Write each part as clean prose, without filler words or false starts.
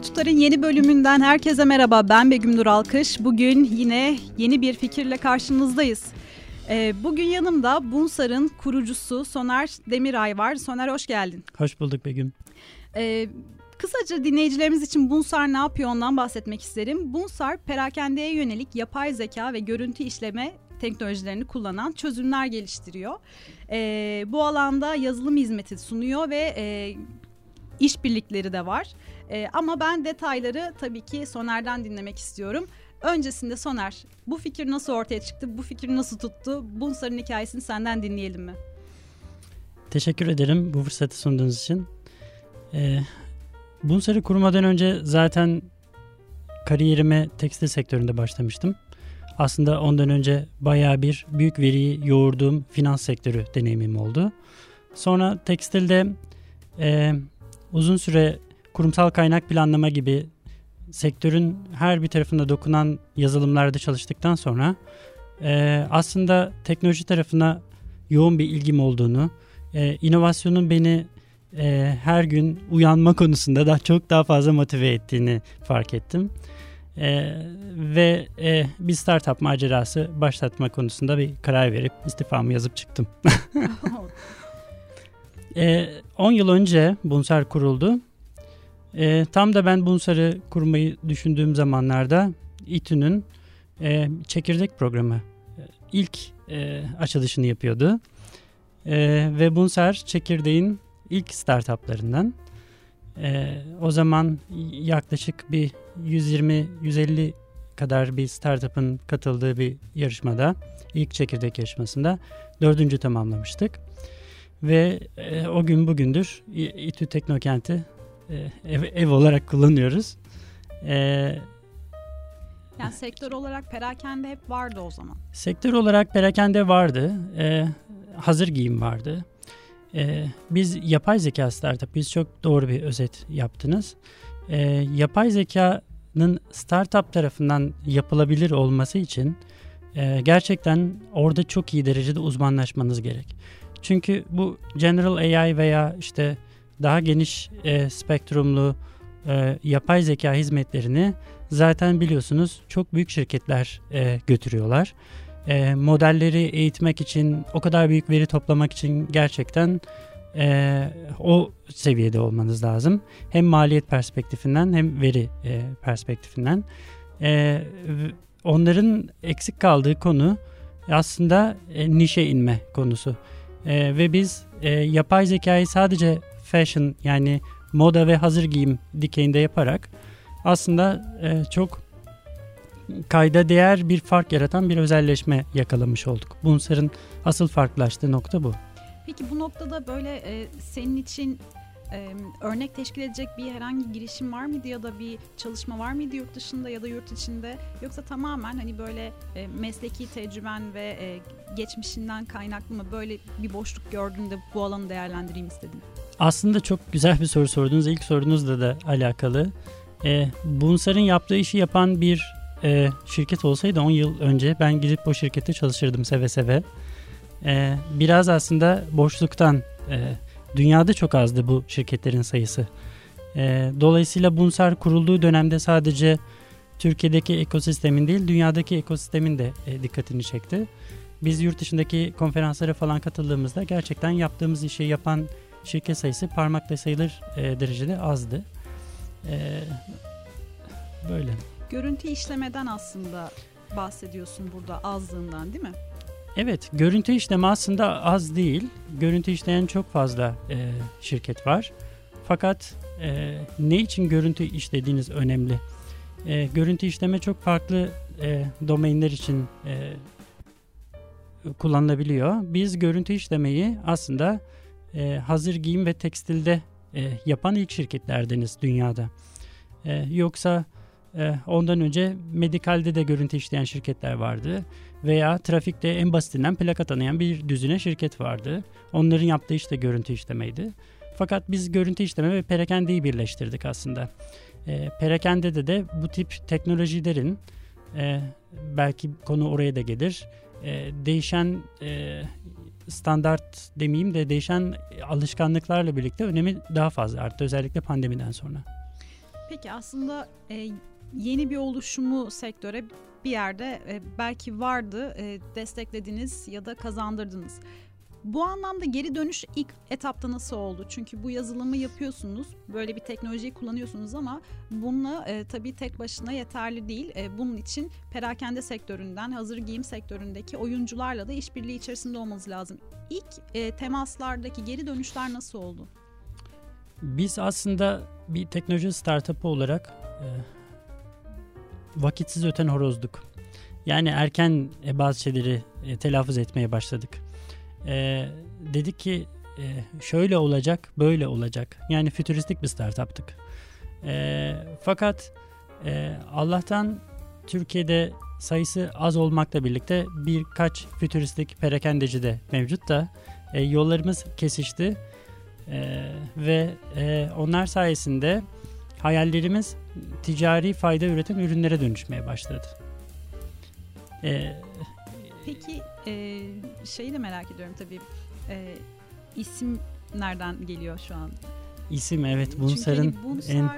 Tutar'ın yeni bölümünden herkese merhaba. Ben Begüm Nur Alkış. Bugün yine yeni bir fikirle karşınızdayız. Bugün yanımda Bunsar'ın kurucusu Soner Demiray var. Soner, hoş geldin. Hoş bulduk Begüm. Kısaca dinleyicilerimiz için Bunsar ne yapıyor ondan bahsetmek isterim. Bunsar, perakendeye yönelik yapay zeka ve görüntü işleme teknolojilerini kullanan çözümler geliştiriyor. Bu alanda yazılım hizmeti sunuyor ve işbirlikleri de var. Ama ben detayları tabii ki Soner'den dinlemek istiyorum. Öncesinde Soner, bu fikir nasıl ortaya çıktı? Bu fikir nasıl tuttu? Bunsar'ın hikayesini senden dinleyelim mi? Teşekkür ederim bu fırsatı sunduğunuz için. Bunsar'ı kurmadan önce zaten kariyerime tekstil sektöründe başlamıştım. Aslında ondan önce bayağı bir büyük veriyi yoğurduğum finans sektörü deneyimim oldu. Sonra tekstilde uzun süre kurumsal kaynak planlama gibi sektörün her bir tarafında dokunan yazılımlarda çalıştıktan sonra aslında teknoloji tarafına yoğun bir ilgim olduğunu, inovasyonun beni her gün uyanma konusunda çok daha fazla motive ettiğini fark ettim. Ve bir startup macerası başlatma konusunda bir karar verip istifamı yazıp çıktım. 10 yıl önce Bunsar kuruldu. Tam da ben Bunsar'ı kurmayı düşündüğüm zamanlarda İTÜ'nün çekirdek programı ilk açılışını yapıyordu. Ve Bunsar çekirdeğin ilk startuplarından. O zaman yaklaşık bir 120-150 kadar bir startup'ın katıldığı bir yarışmada, ilk çekirdek yarışmasında 4. tamamlamıştık. Ve o gün bugündür İTÜ Teknokent'i ev olarak kullanıyoruz. Yani sektör olarak perakende hep vardı o zaman. Sektör olarak perakende vardı. Hazır giyim vardı. Biz yapay zeka startup, biz çok doğru bir özet yaptınız. Yapay zekanın startup tarafından yapılabilir olması için gerçekten orada çok iyi derecede uzmanlaşmanız gerek. Çünkü bu General AI veya işte daha geniş spektrumlu yapay zeka hizmetlerini zaten biliyorsunuz çok büyük şirketler götürüyorlar. Modelleri eğitmek için, o kadar büyük veri toplamak için gerçekten o seviyede olmanız lazım. Hem maliyet perspektifinden hem veri perspektifinden. Onların eksik kaldığı konu aslında nişe inme konusu. Ve biz yapay zekayı sadece fashion, yani moda ve hazır giyim dikeyinde yaparak aslında çok kayda değer bir fark yaratan bir özelleşme yakalamış olduk. Bunsar'ın asıl farklılaştığı nokta bu. Peki bu noktada böyle senin için örnek teşkil edecek bir herhangi girişim var mıydı ya da bir çalışma var mıydı yurt dışında ya da yurt içinde, yoksa tamamen hani böyle mesleki tecrüben ve geçmişinden kaynaklı mı, böyle bir boşluk gördüğünde bu alanı değerlendireyim istedin? Aslında çok güzel bir soru sordunuz. İlk sorunuzla da alakalı. Bunsar'ın yaptığı işi yapan bir şirket olsaydı 10 yıl önce ben gidip o şirkette çalışırdım seve seve. Biraz aslında boşluktan, dünyada çok azdı bu şirketlerin sayısı. Dolayısıyla Bunsar kurulduğu dönemde sadece Türkiye'deki ekosistemin değil, dünyadaki ekosistemin de dikkatini çekti. Biz yurt dışındaki konferanslara falan katıldığımızda gerçekten yaptığımız işi yapan şirket sayısı parmakla sayılır derecede azdı. Böyle. Görüntü işlemeden aslında bahsediyorsun burada, azlığından değil mi? Evet, görüntü işleme aslında az değil. Görüntü işleyen çok fazla şirket var. Fakat ne için görüntü işlediğiniz önemli. Görüntü işleme çok farklı domainler için kullanılabiliyor. Biz görüntü işlemeyi aslında hazır giyim ve tekstilde yapan ilk şirketlerdeniz dünyada. Yoksa ondan önce medikalde de görüntü işleyen şirketler vardı. Veya trafikte en basitinden plaka tanıyan bir düzine şirket vardı. Onların yaptığı iş de görüntü işlemeydi. Fakat biz görüntü işleme ve perakendeyi birleştirdik aslında. Perakendede de bu tip teknolojilerin, belki konu oraya da gelir, değişen standart demeyeyim de değişen alışkanlıklarla birlikte önemi daha fazla arttı, özellikle pandemiden sonra. Peki aslında yeni bir oluşumu sektöre bir yerde belki vardı, desteklediniz ya da kazandırdınız. Bu anlamda geri dönüş ilk etapta nasıl oldu? Çünkü bu yazılımı yapıyorsunuz, böyle bir teknolojiyi kullanıyorsunuz ama bununla tabii tek başına yeterli değil. Bunun için perakende sektöründen, hazır giyim sektöründeki oyuncularla da işbirliği içerisinde olmanız lazım. İlk temaslardaki geri dönüşler nasıl oldu? Biz aslında bir teknoloji startup'ı olarak vakitsiz öten horozduk. Yani erken bazı şeyleri telaffuz etmeye başladık. Dedik ki şöyle olacak, böyle olacak. Yani fütüristik bir startup'tık. Fakat Allah'tan Türkiye'de sayısı az olmakla birlikte birkaç fütüristik perakendeci de mevcut da yollarımız kesişti. Ve onlar sayesinde hayallerimiz ticari fayda üreten ürünlere dönüşmeye başladı. Peki şeyi de merak ediyorum tabii. İsim nereden geliyor şu an? İsim evet Bunsar'ın çünkü Bunsar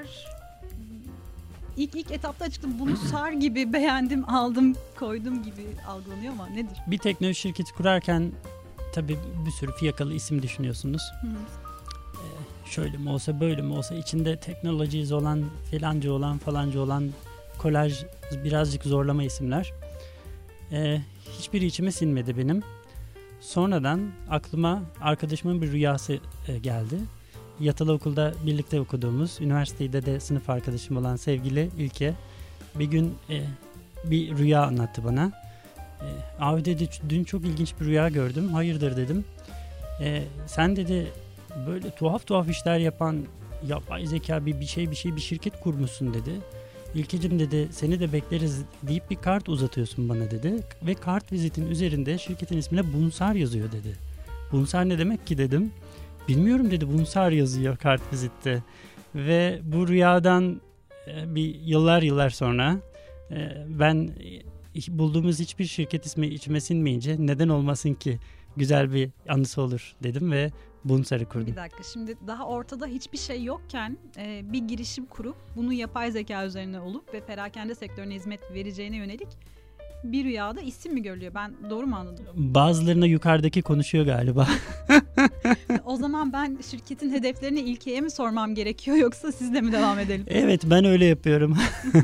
ilk etapta açıkladım. Bunsar gibi beğendim, aldım, koydum gibi algılanıyor ama nedir? Bir teknoloji şirketi kurarken tabii bir sürü fiyakalı isim düşünüyorsunuz. Şöyle mi olsa böyle mi olsa içinde teknolojiyiz olan filanca olan falanca olan kolaj birazcık zorlama isimler. Hiçbiri içime sinmedi benim. Sonradan aklıma arkadaşımın bir rüyası geldi. Yatılı okulda birlikte okuduğumuz, üniversitede de sınıf arkadaşım olan sevgili İlke bir gün bir rüya anlattı bana. Abi dedi dün çok ilginç bir rüya gördüm. Hayırdır dedim. Sen dedi böyle tuhaf işler yapan yapay zeka bir şirket kurmuşsun dedi. İlkeciğim dedi seni de bekleriz deyip bir kart uzatıyorsun bana dedi. Ve kart vizitin üzerinde şirketin ismine Bunsar yazıyor dedi. Bunsar ne demek ki dedim. Bilmiyorum dedi Bunsar yazıyor kart vizitte. Ve bu rüyadan bir yıllar sonra ben bulduğumuz hiçbir şirket ismi içime sinmeyince neden olmasın ki güzel bir anısı olur dedim ve Bunsar'ı kurdum. Bir dakika şimdi daha ortada hiçbir şey yokken bir girişim kurup bunu yapay zeka üzerine olup ve perakende sektörüne hizmet vereceğine yönelik bir rüyada isim mi görülüyor? Ben doğru mu anladım? Bazılarına yukarıdaki konuşuyor galiba. O zaman ben şirketin hedeflerini İlke'ye mi sormam gerekiyor yoksa sizle mi devam edelim? Evet ben öyle yapıyorum.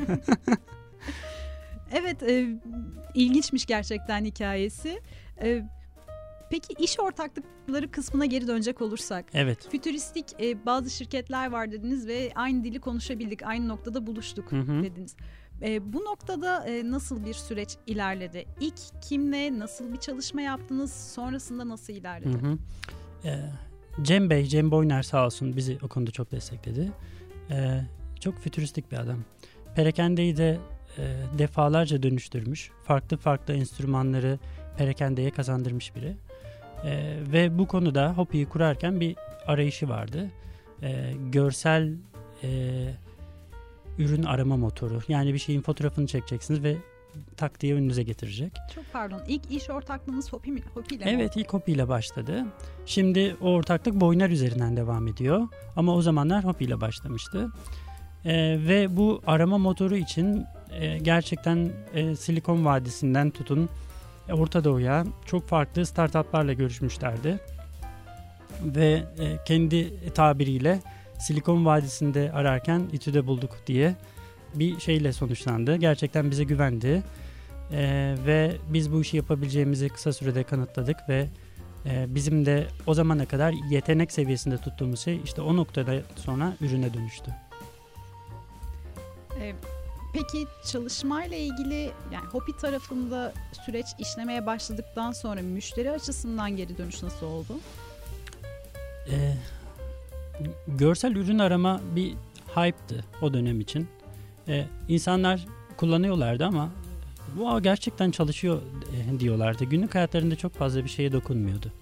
Evet ilginçmiş gerçekten hikayesi. Peki iş ortaklıkları kısmına geri dönecek olursak. Evet. Fütüristik bazı şirketler var dediniz ve aynı dili konuşabildik, aynı noktada buluştuk dediniz. Bu noktada nasıl bir süreç ilerledi? İlk kimle, nasıl bir çalışma yaptınız? Sonrasında nasıl ilerledi? Cem Boyner sağ olsun bizi o konuda çok destekledi. Çok fütüristik bir adam. Perakendeyi de defalarca dönüştürmüş. Farklı enstrümanları perakendeye kazandırmış biri. Ve bu konuda Hopi'yi kurarken bir arayışı vardı. Görsel ürün arama motoru. Yani bir şeyin fotoğrafını çekeceksiniz ve tak diye önünüze getirecek. Çok pardon. İlk iş ortaklığınız Hopi ile mi? Evet ilk Hopi ile başladı. Şimdi o ortaklık Boyner üzerinden devam ediyor. Ama o zamanlar Hopi ile başlamıştı. Ve bu arama motoru için gerçekten Silikon Vadisi'nden tutun Orta Doğu'ya çok farklı startuplarla görüşmüşlerdi. Ve kendi tabiriyle Silikon Vadisi'nde ararken İTÜ'de bulduk diye bir şeyle sonuçlandı. Gerçekten bize güvendi. Ve biz bu işi yapabileceğimizi kısa sürede kanıtladık ve bizim de o zamana kadar yetenek seviyesinde tuttuğumuz şey işte o noktada sonra ürüne dönüştü. Peki çalışmayla ilgili yani Hopi tarafında süreç işlemeye başladıktan sonra müşteri açısından geri dönüş nasıl oldu? Görsel ürün arama bir hype'tı o dönem için. İnsanlar kullanıyorlardı ama bu gerçekten çalışıyor diyorlardı. Günlük hayatlarında çok fazla bir şeye dokunmuyordu.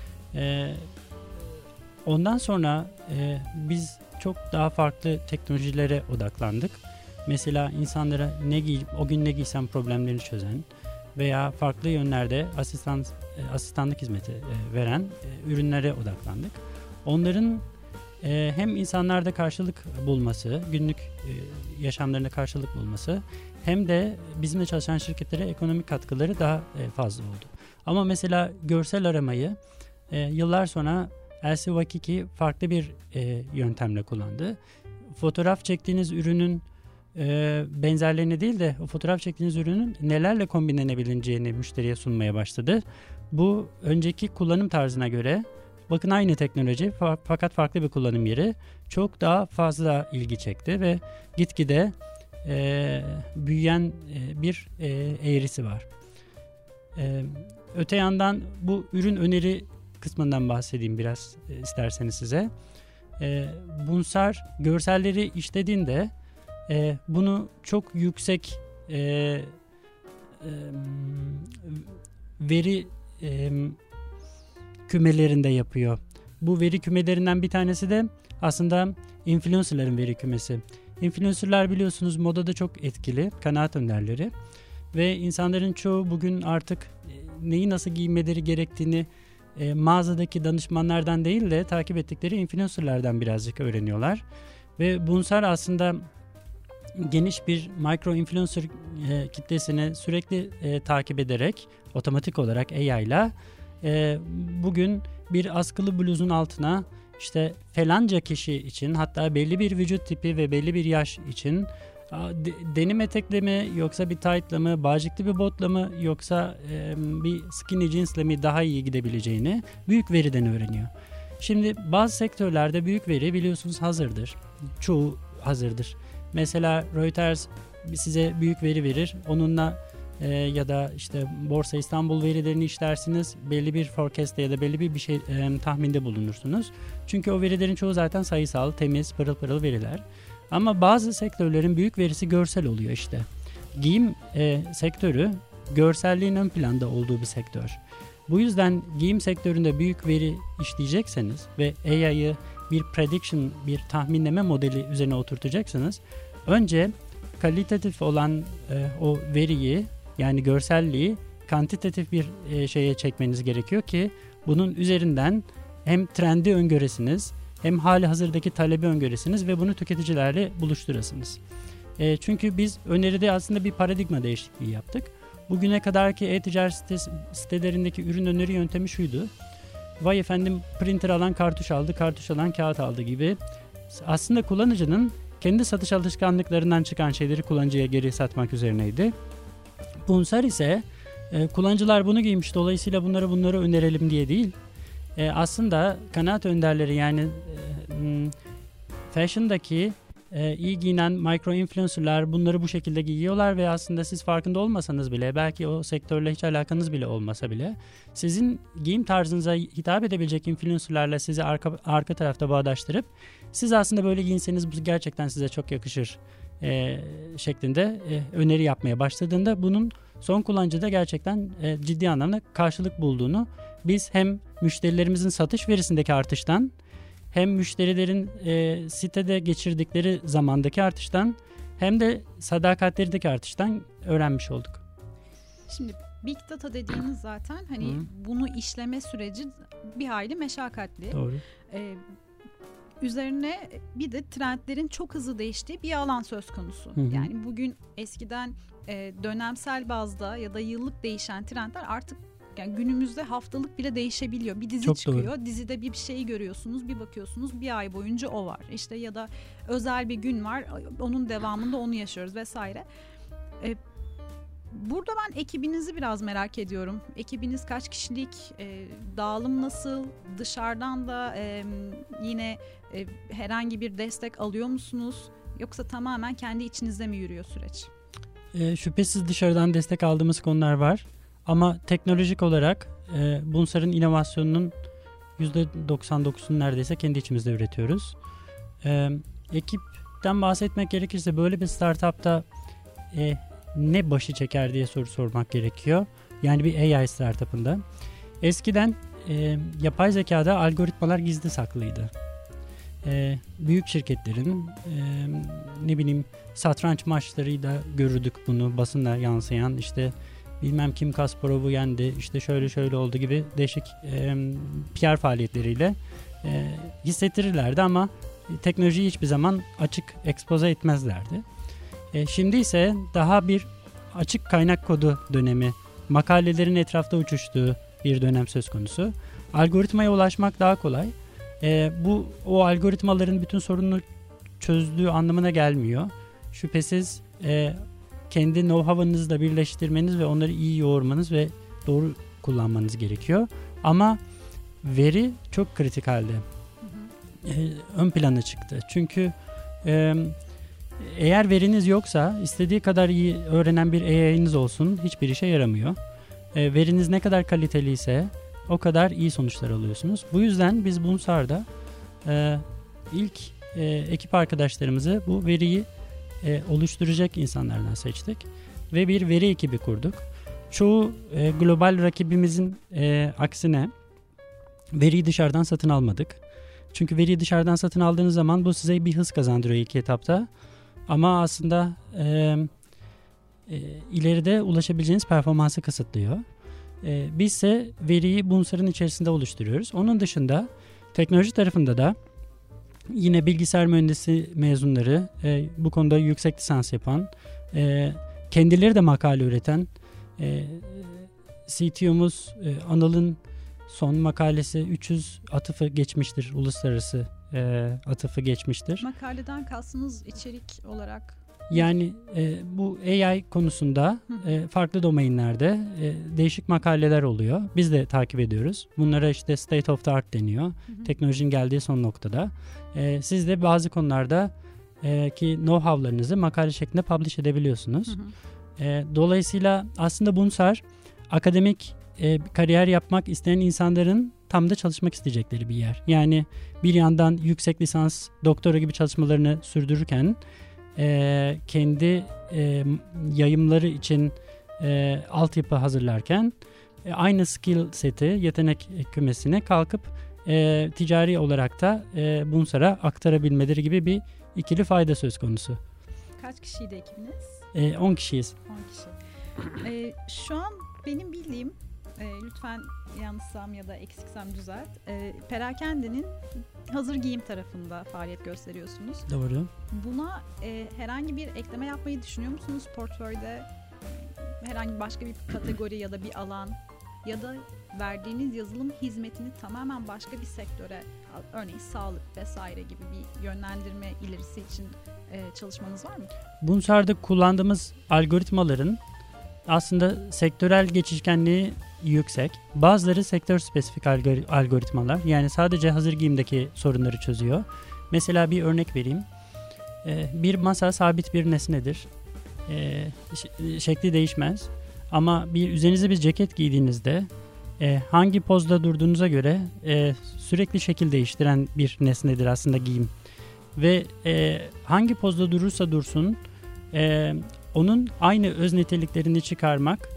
Ondan sonra biz çok daha farklı teknolojilere odaklandık. Mesela insanlara o gün ne giysem problemlerini çözen veya farklı yönlerde asistanlık hizmeti veren ürünlere odaklandık. Onların hem insanlarda karşılık bulması, günlük yaşamlarında karşılık bulması hem de bizimle çalışan şirketlere ekonomik katkıları daha fazla oldu. Ama mesela görsel aramayı yıllar sonra Elsie Wakiki farklı bir yöntemle kullandı. Fotoğraf çektiğiniz ürünün benzerlerini değil de o fotoğraf çektiğiniz ürünün nelerle kombinlenebileceğini müşteriye sunmaya başladı. Bu önceki kullanım tarzına göre bakın aynı teknoloji fakat farklı bir kullanım yeri çok daha fazla ilgi çekti ve gitgide büyüyen bir eğrisi var. Öte yandan bu ürün öneri kısmından bahsedeyim biraz isterseniz size. Bunsar görselleri işlediğinde bunu çok yüksek veri kümelerinde yapıyor. Bu veri kümelerinden bir tanesi de aslında influencerların veri kümesi. Influencerlar biliyorsunuz modada çok etkili, kanaat önderleri ve insanların çoğu bugün artık neyi nasıl giymeleri gerektiğini mağazadaki danışmanlardan değil de takip ettikleri influencerlardan birazcık öğreniyorlar. Ve Bunsar aslında geniş bir micro influencer kitlesini sürekli takip ederek otomatik olarak AI ile bugün bir askılı bluzun altına işte falanca kişi için, hatta belli bir vücut tipi ve belli bir yaş için denim etekle mi yoksa bir tight'la mı, bağcıklı bir botla mı yoksa bir skinny jeans'le mi daha iyi gidebileceğini büyük veriden öğreniyor. Şimdi bazı sektörlerde büyük veri biliyorsunuz hazırdır. Çoğu hazırdır. Mesela Reuters size büyük veri verir. Onunla ya da işte Borsa İstanbul verilerini işlersiniz. Belli bir forecast'te ya da belli bir şey tahminde bulunursunuz. Çünkü o verilerin çoğu zaten sayısal, temiz, pırıl pırıl veriler. Ama bazı sektörlerin büyük verisi görsel oluyor işte. Giyim sektörü görselliğin ön planda olduğu bir sektör. Bu yüzden giyim sektöründe büyük veri işleyecekseniz ve AI'yı bir prediction, bir tahminleme modeli üzerine oturtacaksanız önce kalitatif olan o veriyi, yani görselliği kantitatif bir şeye çekmeniz gerekiyor ki bunun üzerinden hem trendi öngöresiniz, hem hali hazırdaki talebi öngöresiniz ve bunu tüketicilerle buluşturasınız. Çünkü biz öneride aslında bir paradigma değişikliği yaptık. Bugüne kadarki e-ticaret sitelerindeki ürün öneri yöntemi şuydu. Vay efendim, printer alan kartuş aldı, kartuş alan kağıt aldı gibi. Aslında kullanıcının kendi satış alışkanlıklarından çıkan şeyleri kullanıcıya geri satmak üzerineydi. Bunsar ise kullanıcılar bunu giymiş, dolayısıyla bunları önerelim diye değil. Aslında kanaat önderleri, yani fashion'daki iyi giyinen micro influencerlar bunları bu şekilde giyiyorlar ve aslında siz farkında olmasanız bile, belki o sektörle hiç alakanız bile olmasa bile, sizin giyim tarzınıza hitap edebilecek influencerlarla sizi arka tarafta bağdaştırıp siz aslında böyle giyinseniz bu gerçekten size çok yakışır şeklinde öneri yapmaya başladığında bunun son kullanıcıda gerçekten ciddi anlamda karşılık bulduğunu biz hem müşterilerimizin satış verisindeki artıştan hem müşterilerin sitede geçirdikleri zamandaki artıştan hem de sadakatlerindeki artıştan öğrenmiş olduk. Şimdi Big Data dediğimiz zaten hani bunu işleme süreci bir hayli meşakkatli. Doğru. Üzerine bir de trendlerin çok hızlı değiştiği bir alan söz konusu. Yani bugün eskiden dönemsel bazda ya da yıllık değişen trendler artık yani günümüzde haftalık bile değişebiliyor. Bir dizi çok çıkıyor. Doğru. Dizide bir şeyi görüyorsunuz, bir bakıyorsunuz bir ay boyunca o var. İşte ya da özel bir gün var, onun devamında onu yaşıyoruz vesaire. Burada ben ekibinizi biraz merak ediyorum. Ekibiniz kaç kişilik, dağılım nasıl, dışarıdan da yine herhangi bir destek alıyor musunuz? Yoksa tamamen kendi içinizde mi yürüyor süreç? Şüphesiz dışarıdan destek aldığımız konular var. Ama teknolojik olarak Bunsar'ın inovasyonunun %99'unu neredeyse kendi içimizde üretiyoruz. Ekipten bahsetmek gerekirse böyle bir startupta ne başı çeker diye soru sormak gerekiyor. Yani bir AI startup'ında. Eskiden yapay zekada algoritmalar gizli saklıydı. Büyük şirketlerin ne bileyim satranç maçlarıyla görürdük bunu, basında yansıyan, işte bilmem kim Kasparov'u yendi, işte şöyle oldu gibi değişik PR faaliyetleriyle hissettirirlerdi ama teknolojiyi hiçbir zaman açık ekspoze etmezlerdi. Şimdi ise daha bir açık kaynak kodu dönemi, makalelerin etrafta uçuştuğu bir dönem söz konusu. Algoritmaya ulaşmak daha kolay. Bu o algoritmaların bütün sorununu çözdüğü anlamına gelmiyor. Şüphesiz kendi know-how'ınızı da birleştirmeniz ve onları iyi yoğurmanız ve doğru kullanmanız gerekiyor. Ama veri çok kritik halde. Ön plana çıktı. Çünkü eğer veriniz yoksa istediği kadar iyi öğrenen bir AI'niz olsun hiçbir işe yaramıyor. Veriniz ne kadar kaliteliyse o kadar iyi sonuçlar alıyorsunuz. Bu yüzden biz Bunsar'da ilk ekip arkadaşlarımızı bu veriyi oluşturacak insanlardan seçtik. Ve bir veri ekibi kurduk. Çoğu global rakibimizin aksine veriyi dışarıdan satın almadık. Çünkü veriyi dışarıdan satın aldığınız zaman bu size bir hız kazandırıyor ilk etapta. Ama aslında ileride ulaşabileceğiniz performansı kısıtlıyor. Biz ise veriyi Bunsar'ın içerisinde oluşturuyoruz. Onun dışında teknoloji tarafında da yine bilgisayar mühendisi mezunları, bu konuda yüksek lisans yapan, kendileri de makale üreten, CTO'muz Anıl'ın son makalesi 300 atıfı geçmiştir, uluslararası atıfı geçmiştir. Makaleden kastınız içerik olarak? Yani bu AI konusunda farklı domainlerde değişik makaleler oluyor. Biz de takip ediyoruz. Bunlara işte state of the art deniyor. Teknolojinin geldiği son noktada. Siz de bazı konularda ki know-how'larınızı makale şeklinde publish edebiliyorsunuz. Dolayısıyla aslında Bunsar akademik kariyer yapmak isteyen insanların tam da çalışmak isteyecekleri bir yer. Yani bir yandan yüksek lisans, doktora gibi çalışmalarını sürdürürken kendi yayımları için altyapı hazırlarken aynı skill seti, yetenek kümesine kalkıp ticari olarak da Bunsar'a aktarabilmeleri gibi bir ikili fayda söz konusu. Kaç kişiydi ekibiniz? 10 kişiyiz. 10 kişi. Şu an benim bildiğim, lütfen yanlışsam ya da eksiksem düzelt, Perakende'nin hazır giyim tarafında faaliyet gösteriyorsunuz. Doğru. Buna herhangi bir ekleme yapmayı düşünüyor musunuz portföyde? Herhangi başka bir kategori ya da bir alan ya da verdiğiniz yazılım hizmetini tamamen başka bir sektöre, örneğin sağlık vesaire gibi bir yönlendirme ilerisi için çalışmanız var mı? Bunsar'da kullandığımız algoritmaların aslında sektörel geçişkenliği yüksek. Bazıları sektör spesifik algoritmalar. Yani sadece hazır giyimdeki sorunları çözüyor. Mesela bir örnek vereyim. Bir masa sabit bir nesnedir. Şekli değişmez. Ama üzerinize bir ceket giydiğinizde hangi pozda durduğunuza göre sürekli şekil değiştiren bir nesnedir aslında giyim. Ve hangi pozda durursa dursun onun aynı öz niteliklerini çıkarmak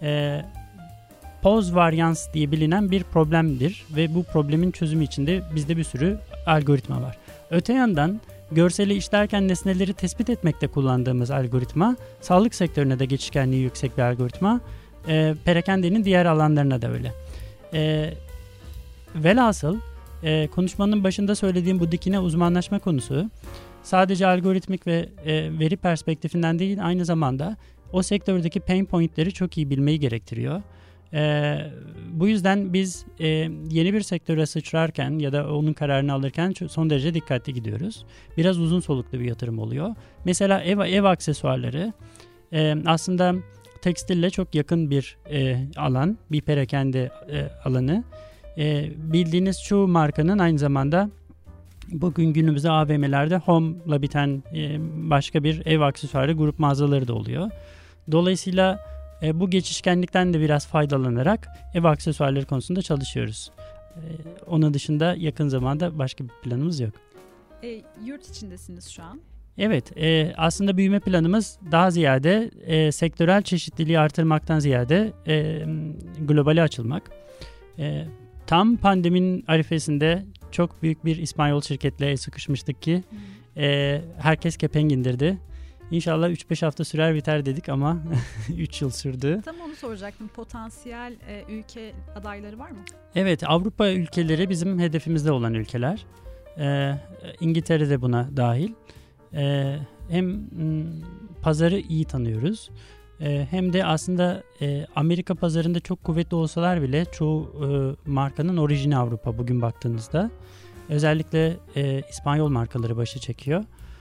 poz varyans diye bilinen bir problemdir ve bu problemin çözümü için de bizde bir sürü algoritma var. Öte yandan görseli işlerken nesneleri tespit etmekte kullandığımız algoritma, sağlık sektörüne de geçişkenliği yüksek bir algoritma, Perakende'nin diğer alanlarına da öyle. Velhasıl konuşmanın başında söylediğim bu dikine uzmanlaşma konusu sadece algoritmik ve veri perspektifinden değil, aynı zamanda o sektördeki pain pointleri çok iyi bilmeyi gerektiriyor. Bu yüzden biz yeni bir sektöre sıçrarken ya da onun kararını alırken son derece dikkatli gidiyoruz. Biraz uzun soluklu bir yatırım oluyor. Mesela ev aksesuarları aslında tekstille çok yakın bir alan, bir perakende alanı. Bildiğiniz çoğu markanın aynı zamanda bugün günümüzde AVM'lerde Home'la biten başka bir ev aksesuarı grup mağazaları da oluyor. Dolayısıyla bu geçişkenlikten de biraz faydalanarak ev aksesuarları konusunda çalışıyoruz. Onun dışında yakın zamanda başka bir planımız yok. Yurt içindesiniz şu an. Evet, aslında büyüme planımız daha ziyade sektörel çeşitliliği artırmaktan ziyade globale açılmak. Tam pandeminin arifesinde çok büyük bir İspanyol şirketle sıkışmıştık ki herkes kepenk indirdi. İnşallah 3-5 hafta sürer biter dedik ama 3 yıl sürdü. Tam onu soracaktım. Potansiyel ülke adayları var mı? Evet, Avrupa ülkeleri bizim hedefimizde olan ülkeler. İngiltere de buna dahil. Hem pazarı iyi tanıyoruz. Hem de aslında Amerika pazarında çok kuvvetli olsalar bile çoğu markanın orijini Avrupa bugün baktığınızda. Özellikle İspanyol markaları başı çekiyor.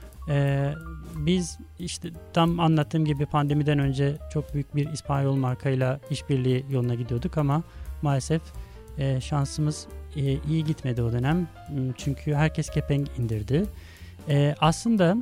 Biz işte tam anlattığım gibi pandemiden önce çok büyük bir İspanyol markayla işbirliği yoluna gidiyorduk ama maalesef şansımız iyi gitmedi o dönem. Çünkü herkes kepenk indirdi. Aslında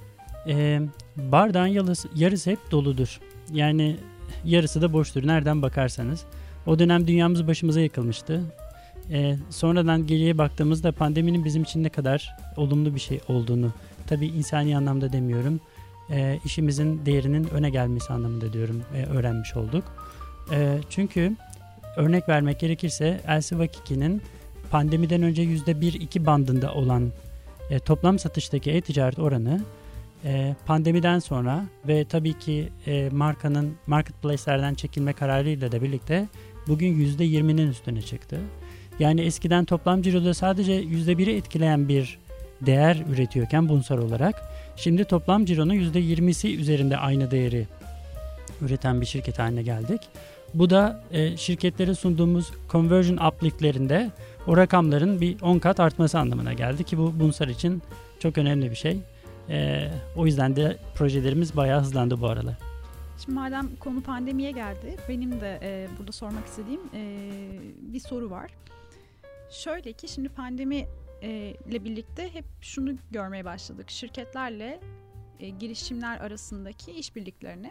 bardağın yarısı hep doludur. Yani yarısı da boştur nereden bakarsanız. O dönem dünyamız başımıza yıkılmıştı. Sonradan geriye baktığımızda pandeminin bizim için ne kadar olumlu bir şey olduğunu, tabii insani anlamda demiyorum, işimizin değerinin öne gelmesi anlamında diyorum, öğrenmiş olduk. Çünkü örnek vermek gerekirse LC-Waikki'nin pandemiden önce %1-2 bandında olan toplam satıştaki e-ticaret oranı pandemiden sonra ve tabii ki markanın marketplace'lerden çekilme kararıyla da birlikte bugün %20'nin üstüne çıktı. Yani eskiden toplam ciroda sadece %1'i etkileyen bir değer üretiyorken Bunsar olarak şimdi toplam cironun %20'si üzerinde aynı değeri üreten bir şirket haline geldik. Bu da şirketlere sunduğumuz conversion uplift'lerinde o rakamların bir 10 kat artması anlamına geldi ki bu Bunsar için çok önemli bir şey. O yüzden de projelerimiz bayağı hızlandı bu aralar. Şimdi madem konu pandemiye geldi, benim de burada sormak istediğim bir soru var. Şöyle ki şimdi pandemi ile birlikte hep şunu görmeye başladık. Şirketlerle girişimler arasındaki işbirliklerini.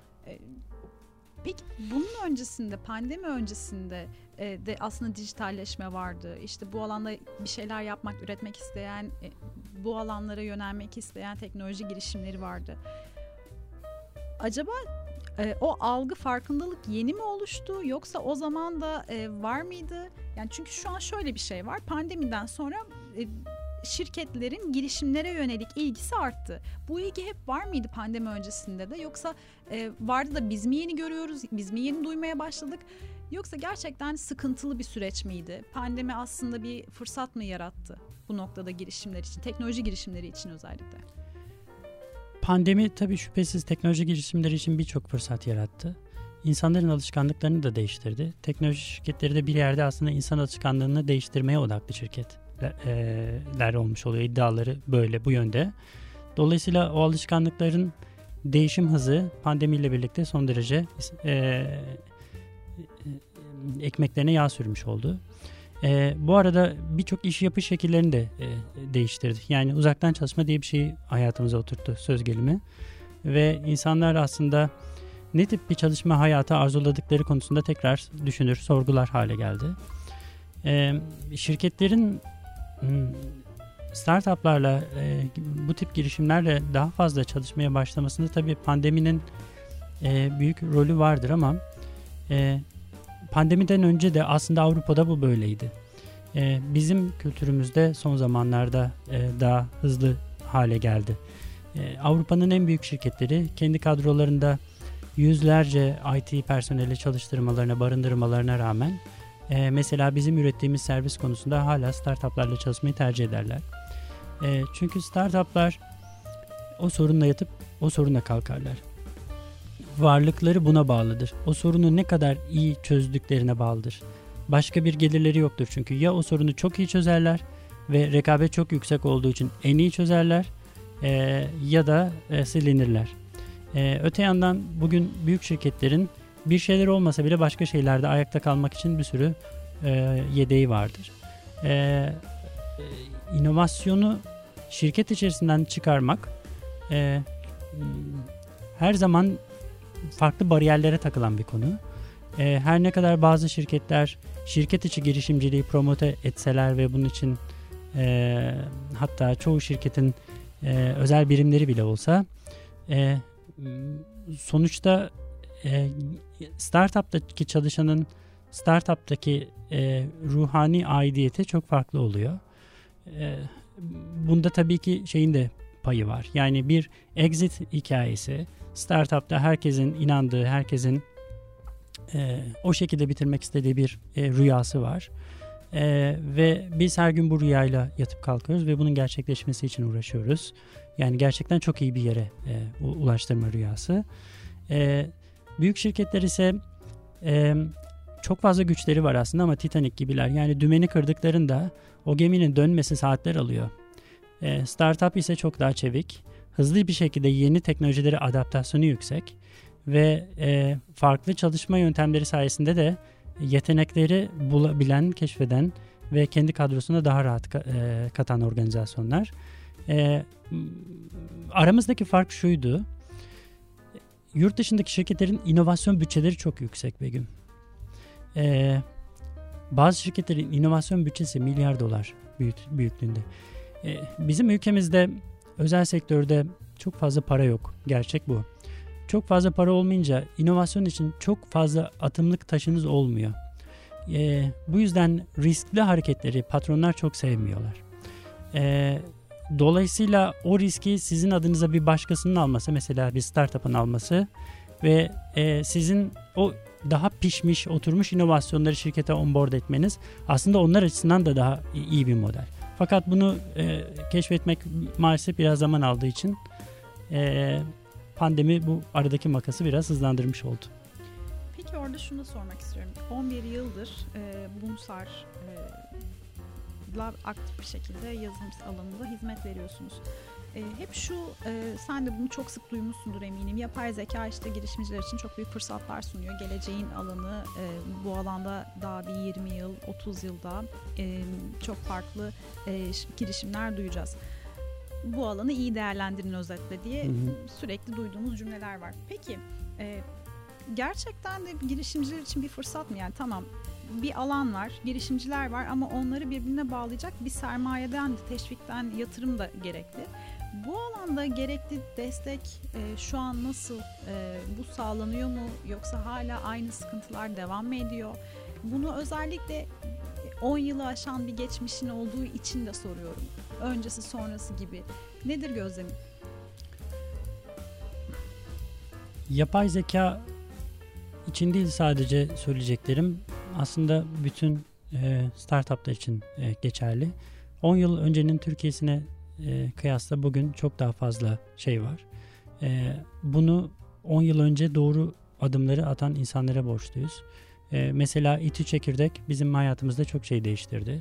Peki bunun öncesinde, pandemi öncesinde de aslında dijitalleşme vardı. İşte bu alanda bir şeyler yapmak, üretmek isteyen, bu alanlara yönelmek isteyen teknoloji girişimleri vardı. Acaba o algı, farkındalık yeni mi oluştu yoksa o zaman da var mıydı? Yani çünkü şu an şöyle bir şey var. Pandemiden sonra şirketlerin girişimlere yönelik ilgisi arttı. Bu ilgi hep var mıydı pandemi öncesinde de yoksa vardı da biz mi yeni görüyoruz, biz mi yeni duymaya başladık? Yoksa gerçekten sıkıntılı bir süreç miydi? Pandemi aslında bir fırsat mı yarattı bu noktada girişimler için, teknoloji girişimleri için özellikle? Pandemi tabii şüphesiz teknoloji girişimleri için birçok fırsat yarattı. İnsanların alışkanlıklarını da değiştirdi. Teknoloji şirketleri de bir yerde aslında insan alışkanlığını değiştirmeye odaklı şirketler olmuş oluyor. İddiaları böyle bu yönde. Dolayısıyla o alışkanlıkların değişim hızı pandemiyle birlikte son derece ekmeklerine yağ sürmüş oldu. Bu arada birçok iş yapış şekillerini de değiştirdi. Yani uzaktan çalışma diye bir şeyi hayatımıza oturttu söz gelimi. Ve insanlar aslında ne tip bir çalışma hayatı arzuladıkları konusunda tekrar düşünür, sorgular hale geldi. Şirketlerin startuplarla, bu tip girişimlerle daha fazla çalışmaya başlamasında tabii pandeminin büyük rolü vardır ama pandemiden önce de aslında Avrupa'da bu böyleydi. Bizim kültürümüzde son zamanlarda daha hızlı hale geldi. Avrupa'nın en büyük şirketleri kendi kadrolarında yüzlerce IT personeli çalıştırmalarına, barındırmalarına rağmen mesela bizim ürettiğimiz servis konusunda hala startuplarla çalışmayı tercih ederler. Çünkü startuplar o sorunla yatıp o sorunla kalkarlar. Varlıkları buna bağlıdır. O sorunu ne kadar iyi çözdüklerine bağlıdır. Başka bir gelirleri yoktur çünkü ya o sorunu çok iyi çözerler ve rekabet çok yüksek olduğu için en iyi çözerler ya da silinirler. Öte yandan bugün büyük şirketlerin bir şeyler olmasa bile başka şeylerde ayakta kalmak için bir sürü yedeği vardır. İnovasyonu şirket içerisinden çıkarmak her zaman farklı bariyerlere takılan bir konu. Her ne kadar bazı şirketler şirket içi girişimciliği promote etseler ve bunun için hatta çoğu şirketin özel birimleri bile olsa sonuçta startup'taki çalışanın startup'taki ruhani aidiyeti çok farklı oluyor. Bunda tabii ki şeyin de payı var. Yani bir exit hikayesi, startupta herkesin inandığı, herkesin o şekilde bitirmek istediği bir rüyası var. Ve biz her gün bu rüyayla yatıp kalkıyoruz ve bunun gerçekleşmesi için uğraşıyoruz. Yani gerçekten çok iyi bir yere ulaştırma rüyası. Büyük şirketler ise çok fazla güçleri var aslında ama Titanic gibiler. Yani dümeni kırdıklarında o geminin dönmesi saatler alıyor. Startup ise çok daha çevik. Hızlı bir şekilde yeni teknolojilere adaptasyonu yüksek. Ve farklı çalışma yöntemleri sayesinde de yetenekleri bulabilen, keşfeden ve kendi kadrosuna daha rahat katan organizasyonlar. Aramızdaki fark şuydu. Yurt dışındaki şirketlerin inovasyon bütçeleri çok yüksek Begüm. Bazı şirketlerin inovasyon bütçesi milyar dolar büyüklüğünde. Bizim ülkemizde özel sektörde çok fazla para yok. Gerçek bu. Çok fazla para olmayınca inovasyon için çok fazla atımlık taşınız olmuyor. Bu yüzden riskli hareketleri patronlar çok sevmiyorlar. Dolayısıyla o riski sizin adınıza bir başkasının alması, mesela bir startup'ın alması ve sizin o daha pişmiş, oturmuş inovasyonları şirkete onboard etmeniz aslında onlar açısından da daha iyi bir model. Fakat bunu keşfetmek maalesef biraz zaman aldığı için pandemi bu aradaki makası biraz hızlandırmış oldu. Peki orada şunu da sormak istiyorum. 11 yıldır Bunsar'la aktif bir şekilde yazılım alanında hizmet veriyorsunuz. Hep şu, sen de bunu çok sık duymuşsundur eminim. Yapay zeka işte girişimciler için çok büyük fırsatlar sunuyor. Geleceğin alanı, bu alanda daha bir 20 yıl, 30 yılda çok farklı girişimler duyacağız. Bu alanı iyi değerlendirin özetle diye sürekli duyduğumuz cümleler var. Peki gerçekten de girişimciler için bir fırsat mı? Yani tamam, bir alan var, girişimciler var ama onları birbirine bağlayacak bir sermayeden, teşvikten, yatırım da gerekli. Bu alanda gerekli destek şu an nasıl? Bu sağlanıyor mu? Yoksa hala aynı sıkıntılar devam mı ediyor? Bunu özellikle 10 yılı aşan bir geçmişin olduğu için de soruyorum. Öncesi sonrası gibi. Nedir gözlemin? Yapay zeka için değil sadece söyleyeceklerim. Aslında bütün startuplar için geçerli. 10 yıl öncenin Türkiye'sine kıyasla bugün çok daha fazla şey var. Bunu 10 yıl önce doğru adımları atan insanlara borçluyuz. Mesela İTÜ Çekirdek bizim hayatımızda çok şey değiştirdi.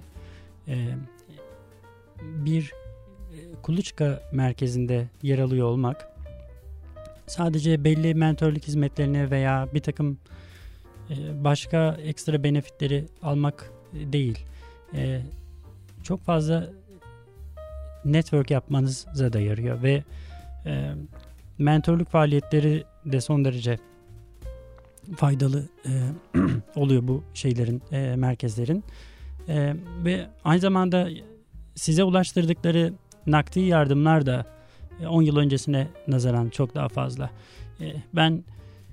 Bir kuluçka merkezinde yer alıyor olmak sadece belli mentörlük hizmetlerini veya bir takım başka ekstra benefitleri almak değil. Çok fazla network yapmanıza da yarıyor ve mentörlük faaliyetleri de son derece faydalı oluyor bu şeylerin, merkezlerin. Ve aynı zamanda size ulaştırdıkları nakdi yardımlar da 10 yıl öncesine nazaran çok daha fazla. Ben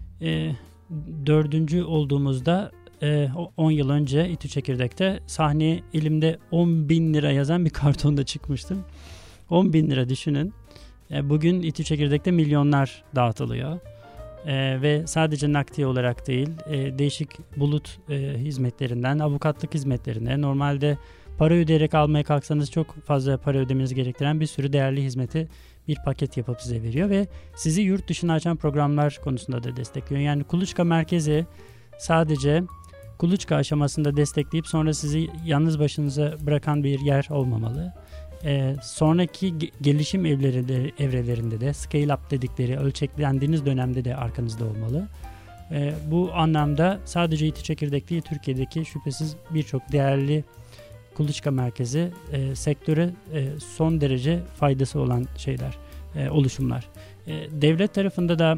4. olduğumuzda 10 yıl önce İTÜ Çekirdek'te sahneye elimde 10.000 lira yazan bir kartonda çıkmıştım. 10.000 lira düşünün. Bugün İTÜ Çekirdek'te milyonlar dağıtılıyor. Ve sadece nakdi olarak değil, değişik bulut hizmetlerinden, avukatlık hizmetlerine, normalde para ödeyerek almaya kalksanız çok fazla para ödemeniz gerektiren bir sürü değerli hizmeti bir paket yapıp size veriyor ve sizi yurt dışına açan programlar konusunda da destekliyor. Yani kuluçka merkezi sadece kuluçka aşamasında destekleyip sonra sizi yalnız başınıza bırakan bir yer olmamalı. Sonraki gelişim evrelerinde de scale up dedikleri ölçeklendiğiniz dönemde de arkanızda olmalı. Bu anlamda sadece İTÜ Çekirdek değil, Türkiye'deki şüphesiz birçok değerli kuluçka merkezi sektöre son derece faydası olan şeyler, oluşumlar. Devlet tarafında da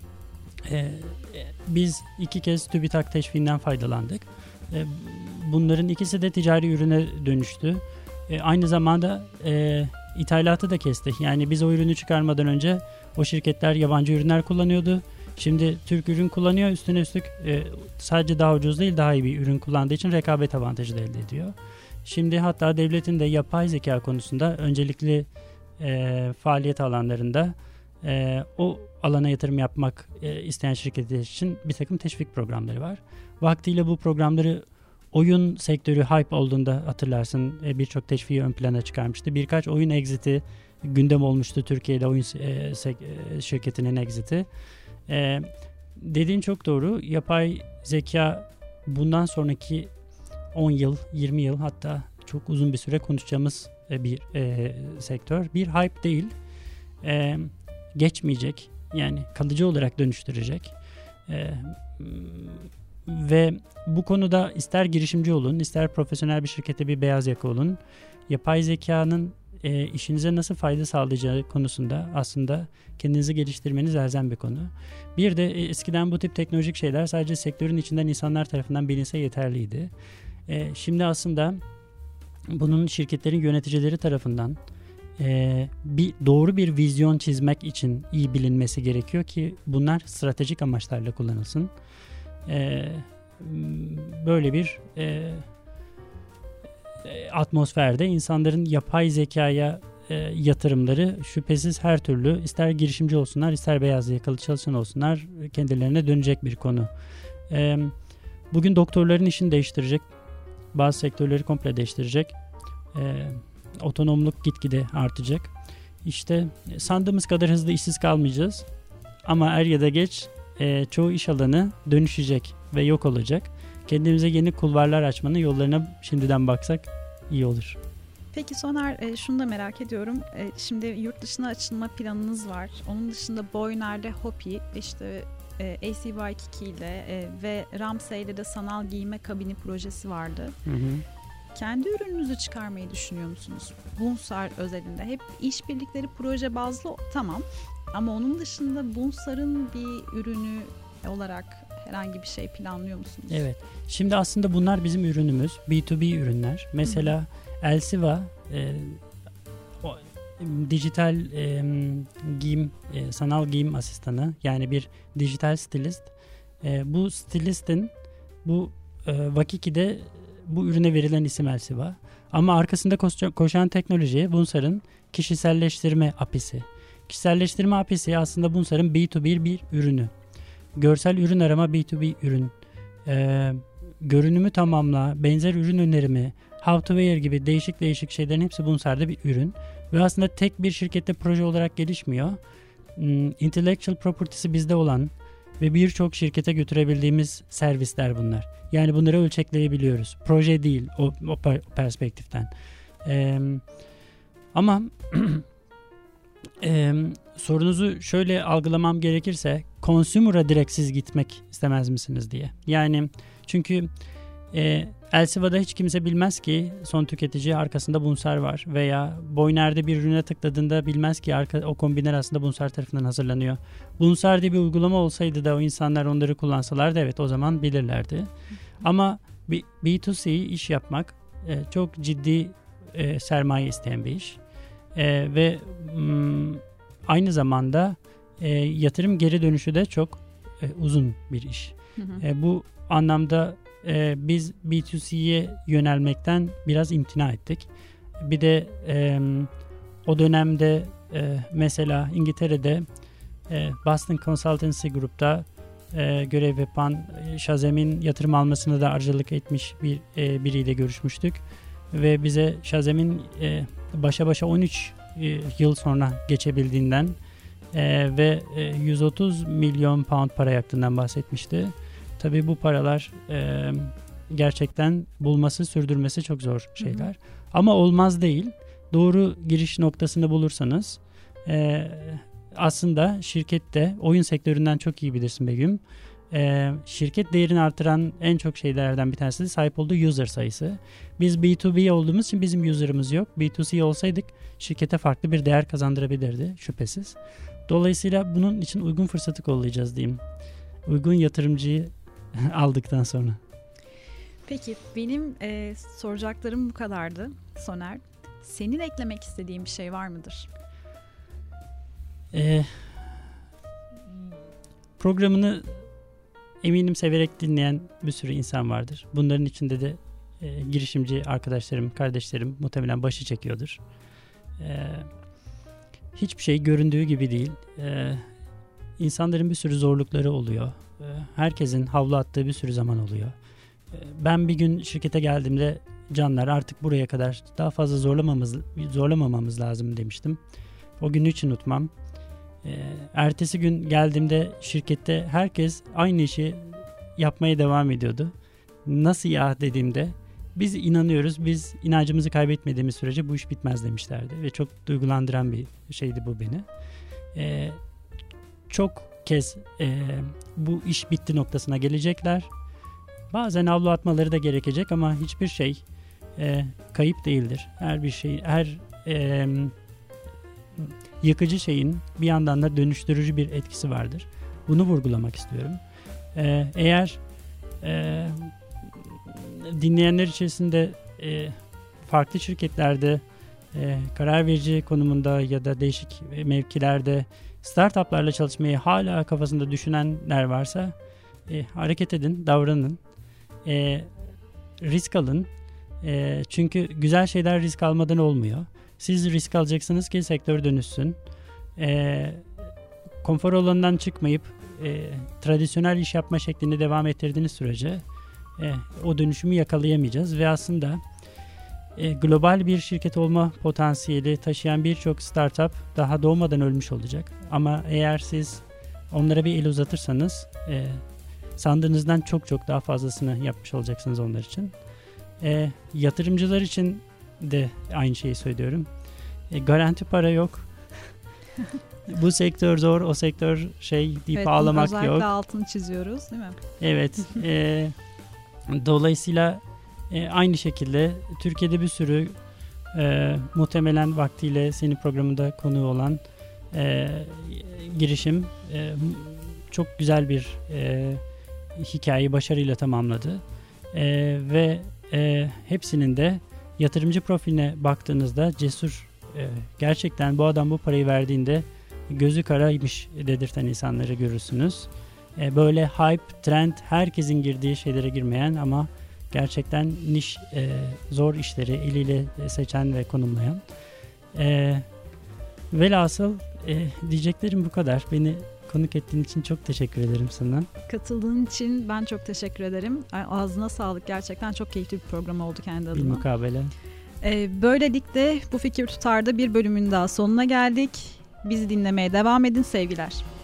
biz 2 kez TÜBİTAK teşviğinden faydalandık. Bunların ikisi de ticari ürüne dönüştü. Aynı zamanda ithalatı da kestik. Yani biz o ürünü çıkarmadan önce o şirketler yabancı ürünler kullanıyordu. Şimdi Türk ürün kullanıyor. Üstüne üstlük sadece daha ucuz değil, daha iyi bir ürün kullandığı için rekabet avantajı da elde ediyor. Şimdi hatta devletin de yapay zeka konusunda öncelikli faaliyet alanlarında o alana yatırım yapmak isteyen şirketler için bir takım teşvik programları var. Vaktiyle bu programları oyun sektörü hype olduğunda hatırlarsın birçok teşviği ön plana çıkarmıştı. Birkaç oyun exit'i gündem olmuştu Türkiye'de, oyun şirketinin exit'i. Dediğin çok doğru. Yapay zeka bundan sonraki 10 yıl, 20 yıl, hatta çok uzun bir süre konuşacağımız bir sektör. Bir hype değil, geçmeyecek, yani kalıcı olarak dönüştürecek. Ve bu konuda ister girişimci olun, ister profesyonel bir şirkete bir beyaz yaka olun, yapay zekanın işinize nasıl fayda sağlayacağı konusunda aslında kendinizi geliştirmeniz elzem bir konu. Bir de eskiden bu tip teknolojik şeyler sadece sektörün içinden insanlar tarafından bilinse yeterliydi. Şimdi bunun şirketlerin yöneticileri tarafından doğru bir vizyon çizmek için iyi bilinmesi gerekiyor ki bunlar stratejik amaçlarla kullanılsın. Böyle bir atmosferde insanların yapay zekaya yatırımları şüphesiz her türlü, ister girişimci olsunlar ister beyaz yakalı çalışan olsunlar, kendilerine dönecek bir konu. Bugün doktorların işini değiştirecek, bazı sektörleri komple değiştirecek, otonomluk gitgide artacak. İşte sandığımız kadar hızlı işsiz kalmayacağız ama er ya da geç çoğu iş alanı dönüşecek ve yok olacak. Kendimize yeni kulvarlar açmanın yollarına şimdiden baksak iyi olur. Peki Soner, şunu da merak ediyorum. Şimdi yurt dışına açılma planınız var. Onun dışında Boyner'de Hopi, işte ACY2 ile ve Ramsey'de de sanal giyime kabini projesi vardı. Hı hı. Kendi ürününüzü çıkarmayı düşünüyor musunuz? Bunsar özelinde. Hep işbirlikleri proje bazlı, tamam. Ama onun dışında Bunsar'ın bir ürünü olarak herhangi bir şey planlıyor musunuz? Evet. Şimdi aslında bunlar bizim ürünümüz. B2B ürünler. Mesela Elsiva dijital giyim, sanal giyim asistanı, yani bir dijital stilist. Bu stilistin bu Vakiki'de bu ürüne verilen isim Elsiva. Ama arkasında koşan teknoloji Bunsar'ın kişiselleştirme API'si. Kişiselleştirme API'si aslında Bunsar'ın B2B bir ürünü. Görsel ürün arama B2B ürün. Görünümü tamamla, benzer ürün önerimi, how to wear gibi değişik şeylerin hepsi Bunsar'da bir ürün. Ve aslında tek bir şirkette proje olarak gelişmiyor. Intellectual property'si bizde olan ve birçok şirkete götürebildiğimiz servisler bunlar. Yani bunları ölçekleyebiliyoruz. Proje değil o perspektiften. Ama sorunuzu şöyle algılamam gerekirse, consumer'a direkt siz gitmek istemez misiniz diye. Yani çünkü Elsiva'da hiç kimse bilmez ki son tüketici arkasında Bunsar var, veya Boyner'de bir ürüne tıkladığında bilmez ki o kombinler aslında Bunsar tarafından hazırlanıyor. Bunsar diye bir uygulama olsaydı da o insanlar onları kullansalardı, evet, o zaman bilirlerdi. Ama B2C iş yapmak çok ciddi sermaye isteyen bir iş. Ve aynı zamanda yatırım geri dönüşü de çok uzun bir iş. Bu anlamda biz B2C'ye yönelmekten biraz imtina ettik. Bir de o dönemde mesela İngiltere'de Boston Consultancy Group'ta görev yapan Shazam'in yatırım almasına da aracılık etmiş biriyle görüşmüştük. Ve bize Shazam'in başa 13 yıl sonra geçebildiğinden ve 130 milyon pound para yaktığından bahsetmişti. Tabii bu paralar gerçekten bulması, sürdürmesi çok zor şeyler. Hı hı. Ama olmaz değil. Doğru giriş noktasını bulursanız aslında şirkette, oyun sektöründen çok iyi bilirsin Begüm. Şirket değerini artıran en çok şeylerden bir tanesi de sahip olduğu user sayısı. Biz B2B olduğumuz için bizim user'ımız yok. B2C olsaydık şirkete farklı bir değer kazandırabilirdi şüphesiz. Dolayısıyla bunun için uygun fırsatı kollayacağız diyeyim. Uygun yatırımcıyı aldıktan sonra. Peki benim soracaklarım bu kadardı Soner. Senin eklemek istediğin bir şey var mıdır? Programını eminim severek dinleyen bir sürü insan vardır. Bunların içinde de girişimci arkadaşlarım, kardeşlerim muhtemelen başı çekiyordur. hiçbir şey göründüğü gibi değil. İnsanların bir sürü zorlukları oluyor. Herkesin havlu attığı bir sürü zaman oluyor. Ben bir gün şirkete geldiğimde canlar artık buraya kadar daha fazla zorlamamamız lazım demiştim. O günü hiç unutmam. Ertesi gün geldiğimde şirkette herkes aynı işi yapmaya devam ediyordu. Nasıl ya dediğimde biz inanıyoruz, biz inancımızı kaybetmediğimiz sürece bu iş bitmez demişlerdi. Ve çok duygulandıran bir şeydi bu beni. Çok kez bu iş bitti noktasına gelecekler. Bazen havlu atmaları da gerekecek ama hiçbir şey kayıp değildir. Her yıkıcı şeyin bir yandan da dönüştürücü bir etkisi vardır. Bunu vurgulamak istiyorum. Eğer dinleyenler içerisinde farklı şirketlerde karar verici konumunda ya da değişik mevkilerde startuplarla çalışmayı hala kafasında düşünenler varsa hareket edin, davranın, risk alın. Çünkü güzel şeyler risk almadan olmuyor. Siz risk alacaksınız ki sektör dönüşsün. Konfor alanından çıkmayıp tradisyonel iş yapma şeklini devam ettirdiğiniz sürece o dönüşümü yakalayamayacağız ve aslında global bir şirket olma potansiyeli taşıyan birçok startup daha doğmadan ölmüş olacak. Ama eğer siz onlara bir el uzatırsanız sandığınızdan çok çok daha fazlasını yapmış olacaksınız onlar için. Yatırımcılar için de aynı şeyi söylüyorum. Garanti para yok. Bu sektör zor, o sektör deyip ağlamak yok. Özellikle altını çiziyoruz değil mi? Evet. Dolayısıyla aynı şekilde Türkiye'de bir sürü muhtemelen vaktiyle senin programında konuğu olan girişim çok güzel bir hikayeyi başarıyla tamamladı. Ve hepsinin de yatırımcı profiline baktığınızda cesur, gerçekten bu adam bu parayı verdiğinde gözü karaymış dedirten insanları görürsünüz. Böyle hype, trend, herkesin girdiği şeylere girmeyen ama gerçekten niş, zor işleri eliyle seçen ve konumlayan. Velhasıl diyeceklerim bu kadar. Beni konuk ettiğin için çok teşekkür ederim sana. Katıldığın için ben çok teşekkür ederim. Ağzına sağlık. Gerçekten çok keyifli bir program oldu kendi adıma. Bir mukabele. Böylelikle bu fikir tutarda bir bölümün daha sonuna geldik. Bizi dinlemeye devam edin. Sevgiler.